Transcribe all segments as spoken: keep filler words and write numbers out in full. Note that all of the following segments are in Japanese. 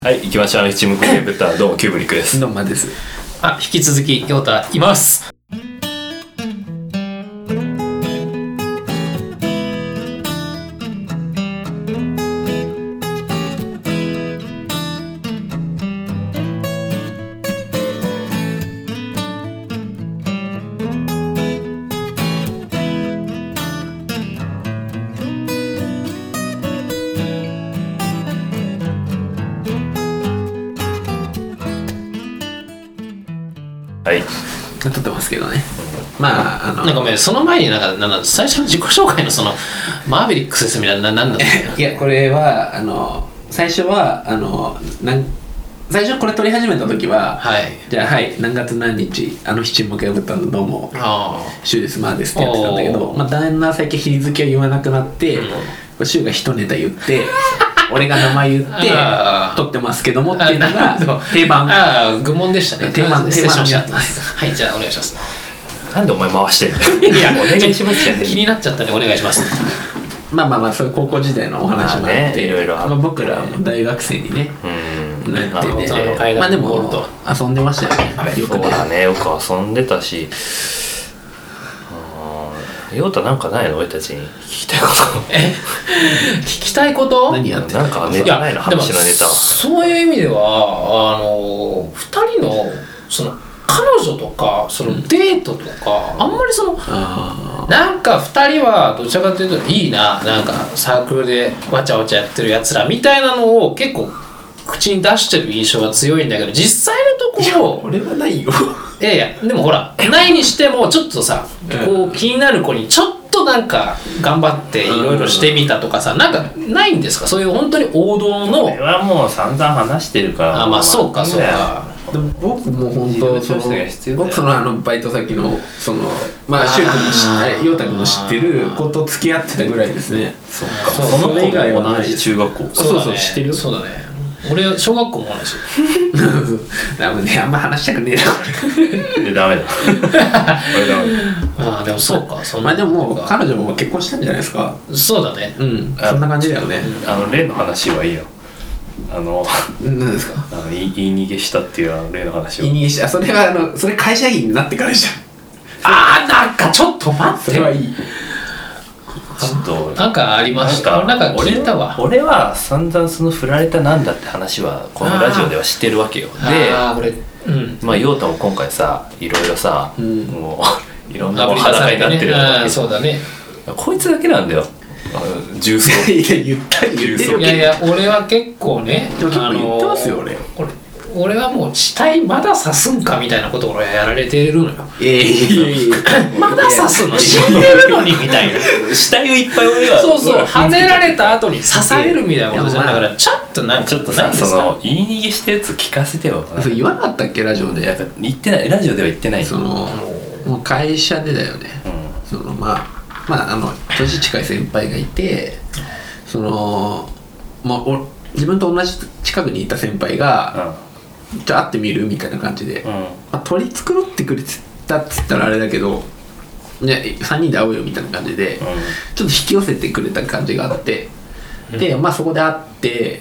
はい、行きましょう。あのチームコケブッタどうもキューブリックです。 どうもです。 あ、引き続きヨータいます。 はい。 撮ってますけどね。まああのなんかごめん、その前になんかなんか最初の自己紹介のそのマーベリックスですみたいななんだったっいやこれはあの最初はあのなん最初これ撮り始めた時は、 はい。 じゃあはい何月何日あの七目破ったのどうもあ週ですまあですってやってたんだけど、 おーまあだんだん最近日付けを言わなくなって、 うん、 週が一ネタ言って俺が名前言ってあー撮ってますけどもっていうのあながるほど定番。 ああ、愚問でしたね。 定番失礼しました。 定番になってますはい、じゃあお願いします。 なんでお前回してんの？いや、お願いしますじゃね気になっちゃったんでお願いします。 まあまあまあそういう高校時代のお話もあって、 まあねいろいろあってまあ僕らは大学生にねうん。 なってね、 あの階段まあでも登ると遊んでましたよね。よくそうだね、よく遊んでたし。うん。ヨータなんかないの？俺たちに聞きたいこえ、聞きたいことと。 何やってなんかネタないの？話のネタ。 そういう意味ではあのふたりのその彼女とかそのデートとか、あんまりそのあなんかふたりはどちらかというといいな、なんかサークルでわちゃわちゃやってるやつらみたいなのを結構口に出してる印象が強いんだけど、実際のところ俺はないよ。 いやいやでもほらないにしてもちょっとさ、こう気になる子にちょっとなんか頑張っていろいろしてみたとかさ、なんかないんですか？そういう本当に王道の。 俺はもう散々話してるから。 あ、まあそうかそうか。 でも僕も本当その自分の調整が必要だよ僕そのあのバイト先のそのまあ柊君の知って陽太君の知ってる子と付き合ってたぐらいですね。 そうか。 そうその子それ以外はも同じ中学校。 そうだねそう知ってるよそうだね。俺は小学校も同じ。 だめね、あんま話したくねえなこでダメだ。俺ダメだ。 ああでもそうか。それ。 んまあでももうか彼女も結婚したんじゃないですか。 そうだね。 うんそんな感じだよね。 あの例の話はいいよ。あの何ですか。 あの言い言い逃げしたっていうあの例の話を。 言い逃げした。それはあのそれ会社員になってからじゃん。 ああなんかちょっと待って。 それはいい。 ちょっとなんかありました。なんか聞いたわ。 俺俺は散々その振られたなんだって話はこのラジオでは知ってるわけよ。で、 ああ俺うん。 まあ陽太も今回さいろいろさ、 うんもういろんなもう裸になってるわけあそうだね。 こいつだけなんだよ。あの重曹。 いや言った言ってるよ。 いやいや俺は結構ね。 でも結構言ってますよ俺。 俺俺はもう死体まだ刺すんかみたいなことを俺はやられてるのよ。 いやいやいやまだ刺すの死んでるのにみたいな。 死体をいっぱい俺がそうそう跳ねられた後に刺されるみたいなことじゃん。だからちょっとなんかちょっとさないですかその言い逃げしたやつ聞かせてよ。 それ言わなかったっけラジオで。 やっぱ言ってないラジオでは言ってない。 そのもう会社でだよね。 うんそのまあまああの年近い先輩がいて、そのまあお自分と同じ近くにいた先輩が、じゃあ会ってみるみたいな感じで、 うんうんまあ、取り繕ってくれたっつったらあれだけど、ね、さんにんで会おうよみたいな感じで、ちょっと引き寄せてくれた感じがあって、でまあそこで会って、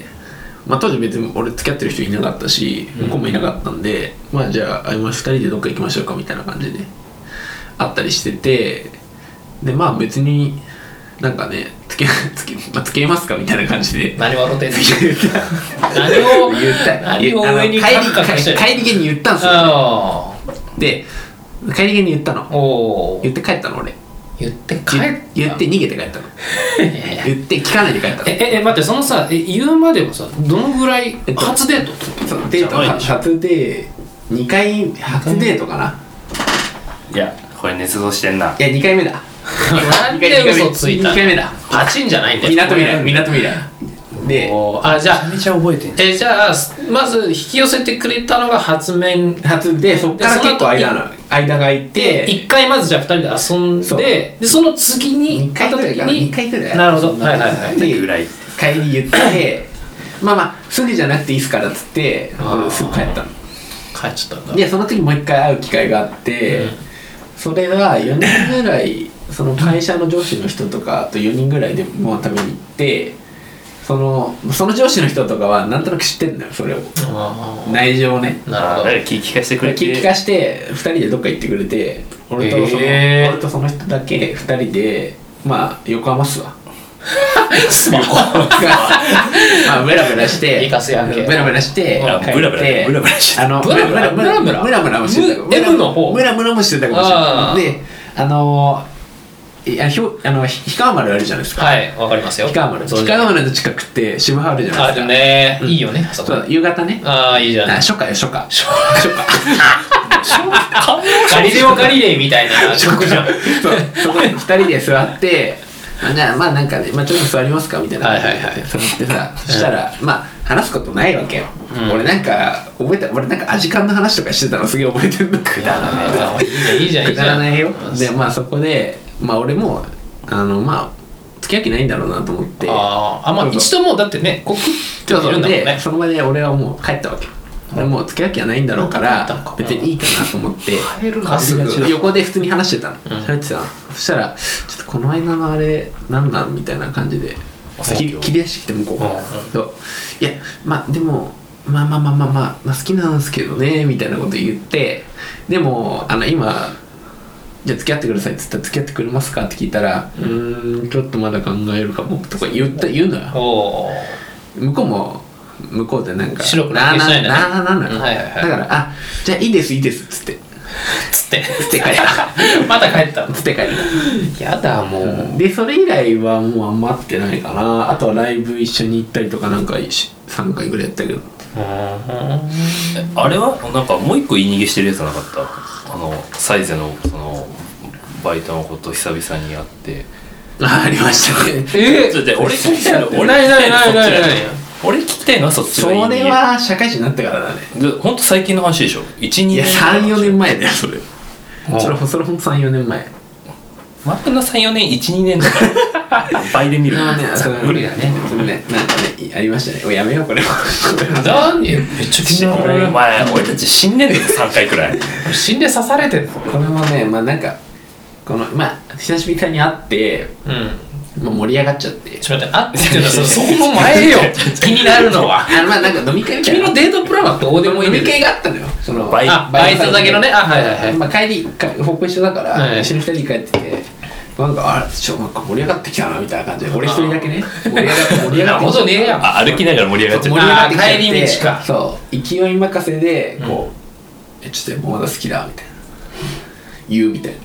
まあ、当時別に俺付き合ってる人いなかったし向こうもいなかったんで、まあじゃあ会いまふたりでどっか行きましょうかみたいな感じで会ったりしてて、でまあ別になんかね付き合付き、まあ、付き合いますかみたいな感じで何笑ってんの言った何を言った何を上にあの帰りカクカクしてる帰り帰り際に言ったんですよ。 あで帰り際に言ったの。 あおお言って帰ったの俺。 言って帰った言言って逃げて帰ったの。 いやいや言って聞かないで帰ったの。 えええ待ってそのさえ言うまではさどのぐらいえっと初デートそうデートじゃないでしょ初デーにかい初デートかな。 いやこれ捏造してんな。 いやにかいめだ。 なんで嘘ついたにかいめだ。 パチンじゃないんだよみなとみらいみなとみらいでおーあじゃあめちゃめちゃ覚えてんじえじゃあまず引き寄せてくれたのが初面初でそっから結構間の間が空いてでいっかいまずじゃあふたりで遊んそうででその次ににかいぐらいかなにかいぐらいなるほどそんなはいはいはいでぐらい。 帰り言ってまあまあすぐじゃなくていいっすからっつってあーすぐ帰ったの。 帰っちゃったんだでその時もう一回会う機会があって、 うんそれはよにんぐらいその会社の上司の人とかとよにんぐらいでもう食べに行って、 そのその上司の人とかはなんとなく知ってんだよそれを内情をね。 なるほど。 誰か聞き聞かせてくれて聞き聞かしてふたりでどっか行ってくれて俺とその、 へー俺とその人だけふたりでまあ横浜っすわスマホまあブラブラして行かせやんけブラブラしてあ帰ってブラブラブラブラしてあのブラブラブラブラブラブラもしてたム M の方ブラブラもしてたかもしれあーないであのいやひょあのひ氷川丸あるじゃないですか。 はいわかりますよ。 氷川丸そう氷川丸の近くって渋葉あるじゃないあですか。 るね、 うんいいよねあそこ。 そう夕方ね。 ああいいじゃん。 あ初夏よ初夏初ガリレオ・ガリレイみたいな曲じゃん。 そうそこにふたりで座ってあじゃあまあなんかね、まあ、ちょっと座りますかみたいなはいはいはい座ってさそしたらまあ話すことないわけよ、 うん俺なんか覚えた俺なんかアジカンの話とかしてたのすげえ覚えてるのくだらないあーいいじゃんいいくじゃん。 だらないようんでまあそこでまあ俺もあのまあ付き合う気ないんだろうなと思ってあーあまあそうそう一度もうだってね告ってそうそういるんだもんねで。その場で俺はもう帰ったわけ俺もう付き合う気はないんだろうから帰ったのか別にいいかなと思って帰るなすぐ。 横で普通に話してたのん喋ってたのそしたらちょっとこの間のあれなんなんみたいな感じで切切り出してきて向こうがうんそういやまあでもまあまあまあまあまあ、まあ、好きなんですけどねみたいなこと言ってでもあの今じゃあ付き合ってくださいって言ったら付き合ってくれますかって聞いたらうーんちょっとまだ考えるかもとか言った言うのよおー向こうも向こうでなんか白黒なあなあ消しないんだねなあなあなのよはいはいはいだからあじゃあいいですいいですっつってつってつって帰ったまた帰ったの。 つって帰ったやだもう。 でそれ以来はもうあんま会ってないかなあとはライブ一緒に行ったりとかなんかさんかいぐらいやったけどあれはなんかもう一個言い逃げしてるやつなかったあのサイゼのそのバイトのこと久々に会ってあありましたねえちょっと待って俺聞きたいの俺ないないないないない俺聞きたいのはそっちその言い逃げれは社会人になってからだねでほんと最近の話でしょいち、にいやねんさん、よねんまえだよそれうんそれそれほんとさん、よねんまえマップのさん、よねんいち、にねんだから倍で見るあねそれ無理だねそれねなんかねありましたねおいやめようこれは何めっちゃ気になる。 お前俺たち新年度でさんかいくらい死んで刺されてんの。 これもねまあなんかこのまあ久しぶりに会ってうん。 もう盛り上がっちゃってちょっと待って、あって言ってんだそそこの前よ。気になるのは。 あのまあなんか飲み会みたいな君のデートプランはどうでもいいんだよ。 飲み会があったのよそのバイあバイトだけのねあはいはいはいまあ帰りか方向一緒だから、 はい一緒に二人で帰っててなんかあちょなんか盛り上がってきたなみたいな感じで俺一人だけね盛り上がって盛り上がってなるほどねえやん。 あ歩きながら盛り上がっちゃっ盛り上がってきちゃってあー帰り道かそう勢い任せでこう、えちょっともうまだ好きだみたいな言うみたいな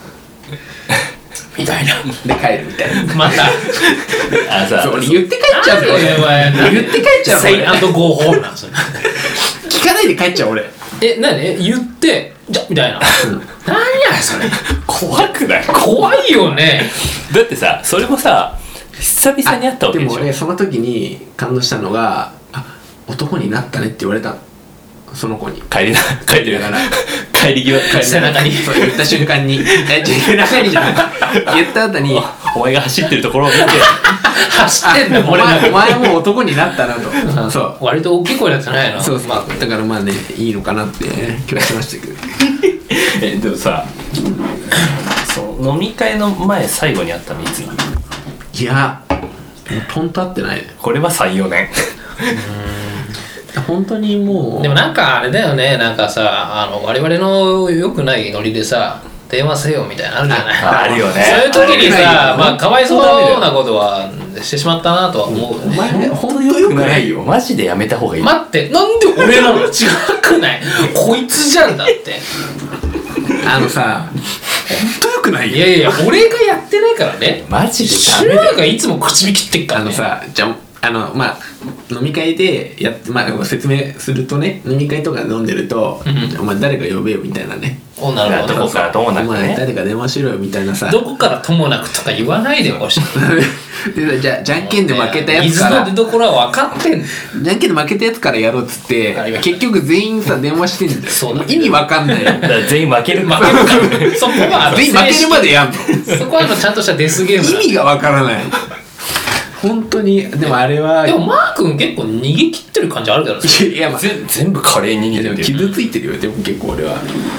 みたいなで帰るみたいなまた。 たあさそう俺言って帰っちゃうのなんでお前言って帰っちゃうの俺セイアンドゴーホームなんそれ。 聞かないで帰っちゃう俺え、何え言って、じゃ、みたいな。何やそれ。 怖くない怖いよね。 だってさそれもさ久々に会ったわけでもでしょ俺その時に感動したのがあ男になったねって言われたのその子に帰りな帰りながら帰り際帰り背中にそう言った瞬間にえちょ背中にじゃない言った後にお前が走ってるところを見て走ってんだよ、 お俺なんか前お前もう男になったなとそう割と大きい声だったないの。 そうそうだからまあねいいのかなって気はしましたけどえでもさそう飲み会の前最後に会ったのいついやほんと会ってないねこれはさん、よねん本当にもうでもなんかあれだよね、なんかさ、あの我々の良くないノリでさ、電話せよみたいなのあるじゃない。 ああるよねそういう時にあれさ、 ないよまあかわいそうなことはしてしまったなとは思うよおね。 前本当よくないよマジでやめた方がいい待って、なんで俺なの違くないこいつじゃんだって。 あのさ本当よくないよいやいや、俺がやってないからね。 マジでシュダメだよワがいつも口火切ってっからね。 あのさじゃああのまあ飲み会でやってまあ説明するとね飲み会とかで飲んでると、 うんお前誰か呼べよみたいなねおなるほど。 どこからともなくお前ね誰か電話しろよみたいなさどこからともなくとか言わないでほしい。 でじゃあじゃんけんで負けたやつ水からの出所は分かってんの。 じゃんけんで負けたやつからやろうっつってありがとう結局全員さ電話してんだよそうだ意味わかんないよだから全員負ける負けるから。そこはあの全員負けるまでやんのそこはあのちゃんとしたデスゲームなんで意味がわからない本当にでもあれはでもマー君結構逃げ切ってる感じあるじゃないですか。 いやまあ全全部華麗に逃げでもてる傷ついてるよでも結構俺は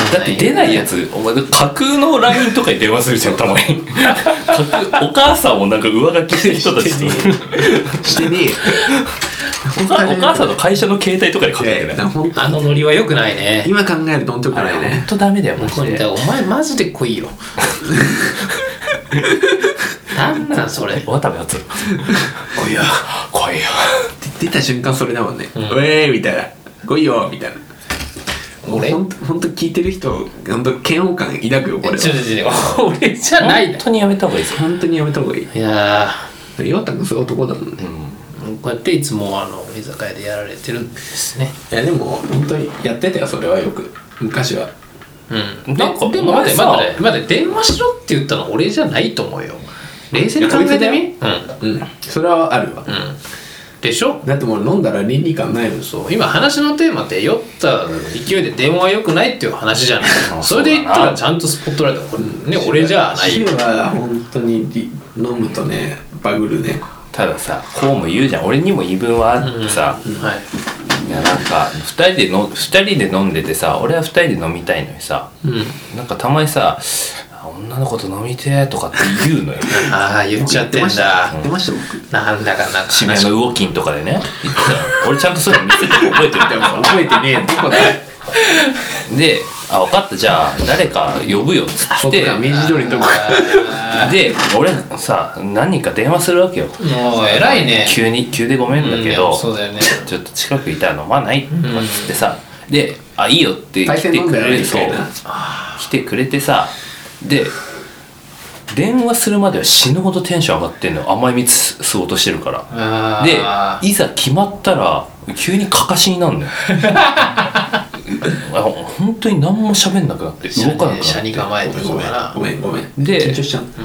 だって出ないやつお前架空の ライン とかに電話するじゃんたまに架空お母さんもなんか上書きしてる人たちとしてねえよお母さんの会社の携帯とかでかけてない。 あのノリは良くないね。 今考えると本当良くないね。 本当ダメだよマジで。 お前マジで来いよ。なんなんそれ。 渡部やつ。来いよ来いよ。 出た瞬間それだもんね。 うん、 ウェーみたいな。来いよみたいな。 俺ほんとほんと聞いてる人ほんと嫌悪感抱くよこれは。 ちょちょちょ俺じゃない。 本当にやめた方がいいですよ。 本当にやめた方がいい。 いやー。岩田君すごい男だもんね。 うん、こうやっていつもあの居酒屋でやられてるんですね。 いやでも本当にやってたよそれはよく昔は。 うん。なんかでも待って待って待って電話しろって言ったの俺じゃないと思うよ。冷静に考えてみ。 うんうん。それはあるわ。 うん。でしょ。 だってもう飲んだら倫理観ないもん。 そう今話のテーマって酔った勢いで電話は良くないっていう話じゃないそれで言ったらちゃんとスポットライトこれ、ね、俺じゃないよ。 シは本当に飲むとねバグるね。 たださこうも言うじゃん。俺にも言い分はあってさ、 うんうん、はい、 いやなんかふたりでのふたりで飲んでてさ俺はふたりで飲みたいのにさ、 うん、 なんかたまにさ女の子と飲みてーとかって言うのよああ言っちゃってんだ。 言ってました僕。 なんだかなんか渋谷の動きんとかでね言ってた俺ちゃんとそういうの見せて覚えてるんだよ覚えてねえどこだであ分かったじゃあ誰か呼ぶよっつって明治通りのとこで俺さ何人か電話するわけよ。 もう偉いね。 急に急でごめんだけど、 うん、そうだよね、 ちょっと近くいたら飲まないとかっつってさ、うん、であいいよって来てくれるそう来てくれてさで電話するまでは死ぬほどテンション上がってんの甘い蜜吸おうとしてるからでいざ決まったら急にかかしになるのよ本当に何も喋んなくなって動かなくなって車に構えてごめんごめんごめんで緊張しちゃう、うん 、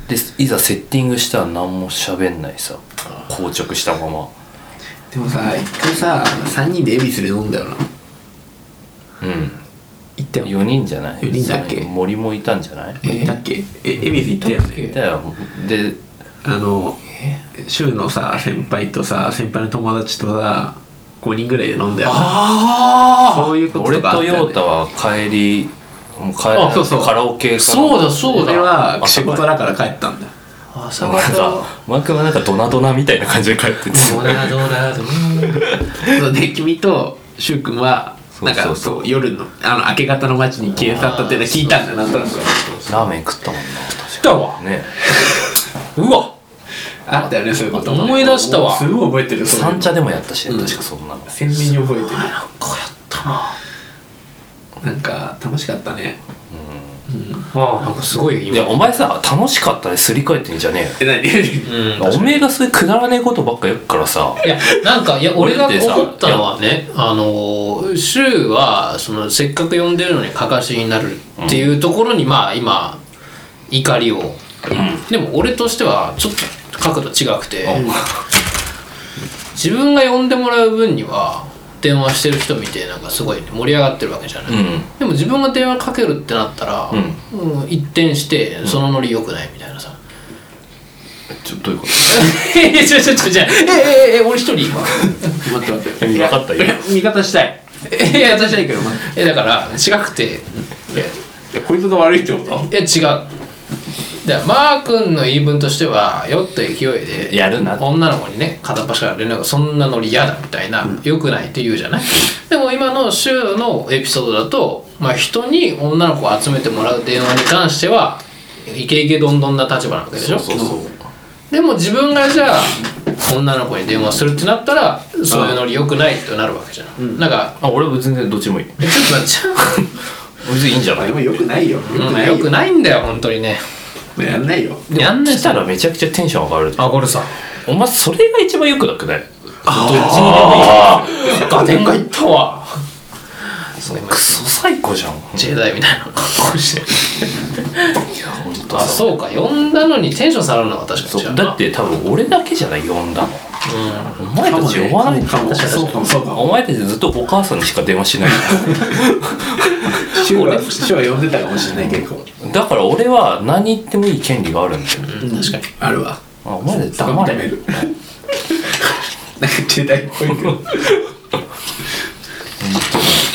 でいざセッティングしたら何も喋んないさ硬直したまま。 でもさ一回ささんにんで恵比寿で飲んだよな。 うん行ったよ。 よにんじゃないよにんだっけ。 森もいたんじゃない。 えー、いたっけ。え恵比寿行ったよね。 いたよ。であの柊のさ先輩とさ先輩の友達とさごにんぐらいで飲んだよ。 ああそういうこととかあったよね。 俺と陽太は帰りもう帰りあそうそうカラオケかそうだそうだ俺は仕事だから帰ったんだよ。 朝なんかマークはなんかドナドナみたいな感じで帰っててドナドナドナで君と柊君はなんかそう夜のあの明け方の街に消え去ったっていうの聞いたんだよなんとなく。 ラーメン食ったもんな。 来たわねうわあったよねそういうこと思い出したわ。 すごい覚えてる。 三茶でもやったしね、 うん、 確かそんなの鮮明に覚えてる。 なんかやったな。 なんか楽しかったね。 うん、ああなんかすごいいやお前さ楽しかったですり替えてんじゃねえ何えよ、うん、おめえがそういうくだらねえことばっか言うからさ。 いやなんかいや俺が思ったのはねあの柊はそのせっかく呼んでるのにかかしになるっていうところに、うん、まあ今怒りを、うん、でも俺としてはちょっと角度違くて、うん、自分が呼んでもらう分には電話してる人見てなんかすごい盛り上がってるわけじゃない、うん、でも自分が電話かけるってなったら、うんうん、一転してそのノリ良くないみたいなさ、 うん、ちょどういうことええちょちょちょじゃえええ俺一人今待って待って分かったよ味方したいえいや私はいいけどえだから違くていやこいつが悪いってこといや違うでマー君の言い分としては酔った勢いでやるな女の子にね片っ端から連絡そんなノリ嫌だみたいな、うん、よくないって言うじゃないでも今の柊のエピソードだと、まあ、人に女の子を集めてもらう電話に関してはイケイケどんどんな立場なわけでしょ。 そうそうそうでも自分がじゃあ女の子に電話するってなったらそういうノリよくないってなるわけじゃん、うん、なんかあ俺は全然どっちでもいいえちょっと待って別にいいんじゃない。 でもよくないよよくないよ、うん、よくないんだよ本当にねやんないよ。 やんないしたらめちゃくちゃテンション上がる。 あこれさお前それが一番よくなくない。どっちにでもいいガテンがいったわ。 クソ最高じゃんジェダイみたいな格好していや本当あそうか呼んだのにテンション下がるのは確かに違うな。 だって多分俺だけじゃない呼んだの、うん、お前たち呼ばないかも、ね、そうかもそうかも。 お前たちずっとお母さんにしか電話しない柊は柊は呼んでたかもしれない結構。 だから俺は何言ってもいい権利があるんだよ、 うん、確かにあるわ。 あお前で黙れなんかジェダイっぽいけどいや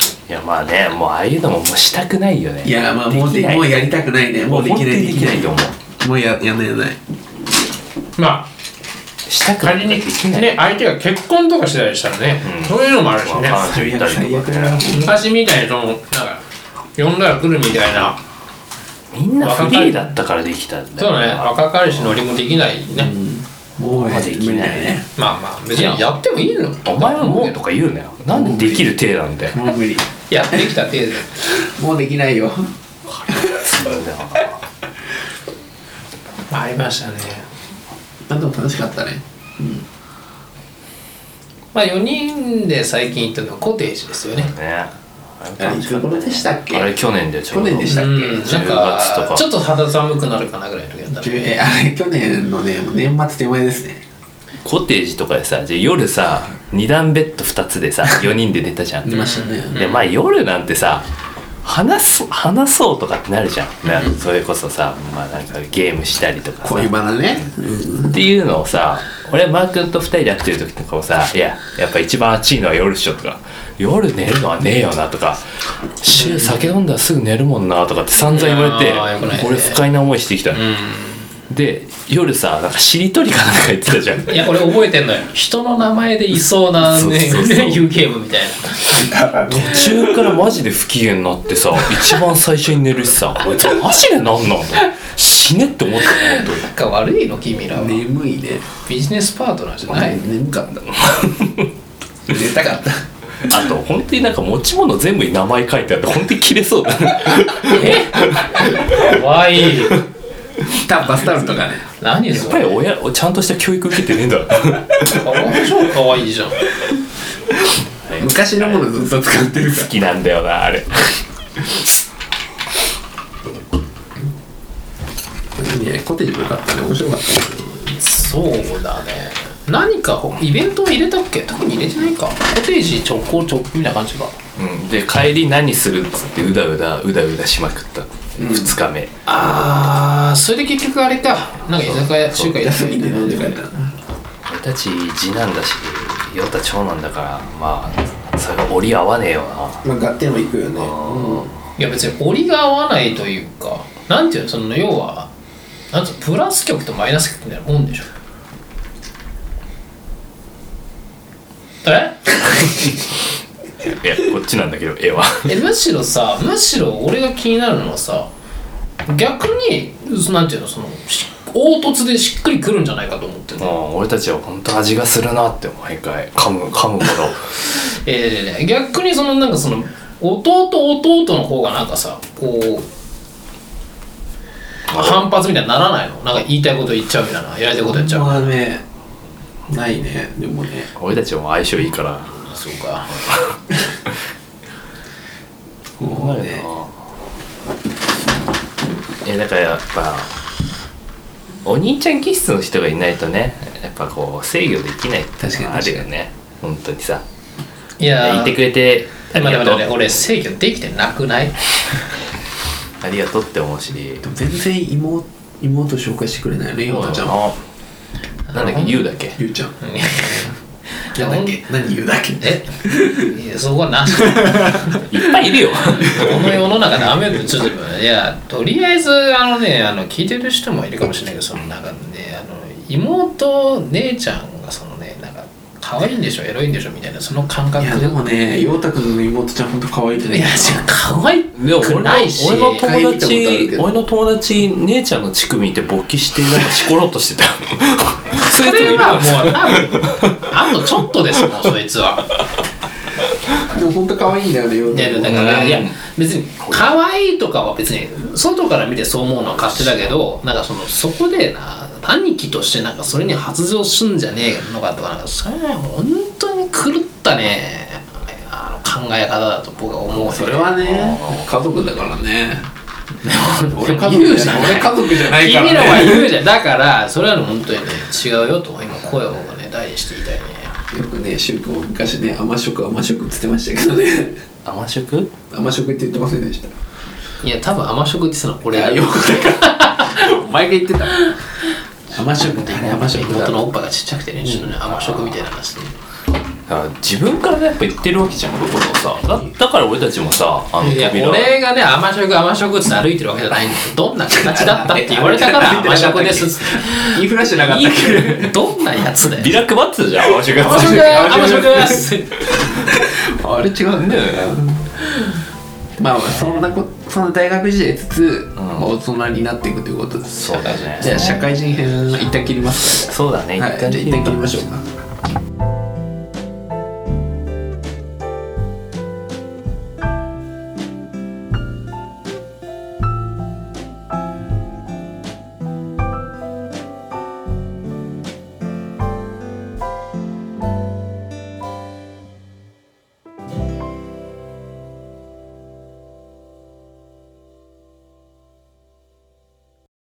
まあね、もうああいうのももうしたくないよね。 いやまあもうでもうやりたくないね。もうできないできないと思う。 もうややんないやんない。 まあしたくない仮にね、相手が結婚とかしてたりしたらね、うん、そういうのもあるしね。 まあ、彼女いたりとかね。 昔みたいにそのなんか呼んだら来るみたいな。 みんなフリーだったからできたんだよ。 そうね、若かりし乗りもできないね。 うん、もうできないね。 まあまあ別にやってもいいの。 お前はもうとか言うなよ。なんでできる体なんだよ。 もう無理。 やってきた程度。 もうできないよ。 そうだよ。 ありましたね。 あでも楽しかったね。うん。 まあよにんで最近行ったのはコテージですよね。 ね。あれいつ頃でしたっけ？ あれ去年でちょうど。 去年でしたっけ？ うん、なんかちょっと肌寒くなるかなぐらいの時だった、ね。 えあれ去年のね年末手前ですね。 コテージとかでさ、じゃ夜さに段ベッドふたつでさよにんで寝たじゃん。 寝ましたね。 でまあ夜なんてさ話す話そうとかってなるじゃん。なんかそれこそさ、まあなんかゲームしたりとかさ。 恋バナね。 うん、っていうのをさ、俺マー君とふたりでやってる時とかもさ、いややっぱ一番暑いのは夜っしょとか。夜寝るのはねえよなとか、週酒飲んだらすぐ寝るもんなとかって散々言われて、俺不快な思いしてきた、うん、で夜さなんかしりとりかなんか言ってたじゃん。 いや俺覚えてんのよ。人の名前でいそうなねいうゲームみたいな。 途中からマジで不機嫌になってさ一番最初に寝るしさ、こいつマジでなんなんだ死ねって思ったの。本当になんか悪いの君らは。 眠いね。 ビジネスパートナーじゃない。 眠かった寝たかった。 あと本当になんか持ち物全部に名前書いてあって本当に切れそうだね。 えかわいい。 タバスタオルとかね。 何やっぱり親ちゃんとした教育受けてねえんだ。 超かわいいじゃん。 昔のものずっと使ってる。 好きなんだよなあれ。 ね、コテージもよかったね。面白かったね。 そうだね。何かイベントを入れたっけ？特に入れてないか。コテージ直行直帰みたいな感じか。 うん、で帰り何するっつってうだうだうだうだしまくった、うん、ふつかめ。 ああそれで結局あれか、なんか居酒屋中華休みで飲んで帰ったな。 俺たち次男だし陽太長男だからまあそれが折り合わねえよな。 まあガッテンも行くよね、うん、 いや別に折りが合わないというか、なんていうの、その要はなんつうの、プラス極とマイナス極みたいなもんでしょ。えいやこっちなんだけど絵はえむしろさ、むしろ俺が気になるのはさ、逆になんていうの、その凹凸でしっくりくるんじゃないかと思ってるの。 俺たちは本当味がするなって毎回噛む噛むほどえー、逆にそのなんかその弟弟の方がなんかさこう反発みたいにならないの？なんか言いたいこと言っちゃうみたいな、やりたいことやっちゃう。 まあね、ないね。でもね俺たちも相性いいから。 そうかもうねえだからやっぱお兄ちゃん気質の人がいないとね、やっぱこう制御できないっていうのがあるよね。本当にさ、 いやいてくれてありがとう。でもでも俺制御できてなくない？ ありがとうって思うし、 でも全然 妹, 妹紹介してくれないよね、ヨタちゃんは。 なんだっけ、ゆうだっけ、 ゆうちゃんなんだっけ、何言うだっけ。 えいやそこはないっぱいいるよこの世の中で雨でちょっといやとりあえずあのね、あの聞いてる人もいるかもしれないけど、そのなんかね、あの妹姉ちゃんがそのね、なんか可愛いんでしょエロいんでしょみたいなその感覚。 いやでもね、陽太くんの妹ちゃんほんと可愛いとね。 いや可愛くないし、 俺の友達俺の友達姉ちゃんの乳首見て勃起してなんかしころっとしてたそれはもう多分あとちょっとですもんそいつは。 でも本当可愛いんだよね、陽太くん。 だからいや別に可愛いとかは別に外から見てそう思うのは勝手だけど、なんかそのそこでな兄貴としてなんかそれに発情すんじゃねえのかとか、なんかそれは本当に狂ったねあの考え方だと僕は思う。 それはね家族だからね。 俺家族じゃない。 俺家族じゃないからね。 君らは言うじゃん。だからそれは本当にね違うよと今声をね大にして言いたいね。 よくね、シュウ君も昔ね、甘食甘食って言ってましたけどね。 甘食？ 甘食って言ってませんでした。 いや多分甘食って言ってたの俺がよくお前が言ってた。甘食ってあれ甘食だ。 妹のおっぱがちっちゃくてね、ちょっとね甘食みたいな話で。 自分からやっぱ言ってるわけじゃんことをさ だ, だから俺たちもさあのいや俺がね甘食甘食って歩いてるわけじゃないんですよ。どんな形だったって言われたから甘食です言いふらしてなかったっけどんなやつだよビラ配ってたじゃん甘食甘食甘食あれ違うんだよね。まあそんなこその大学時代つつ、うん、大人になっていくということです。 そうだね。 じゃあ社会人編一旦切りますか。 そうだね。 はい、じゃあ一旦切りましょうか。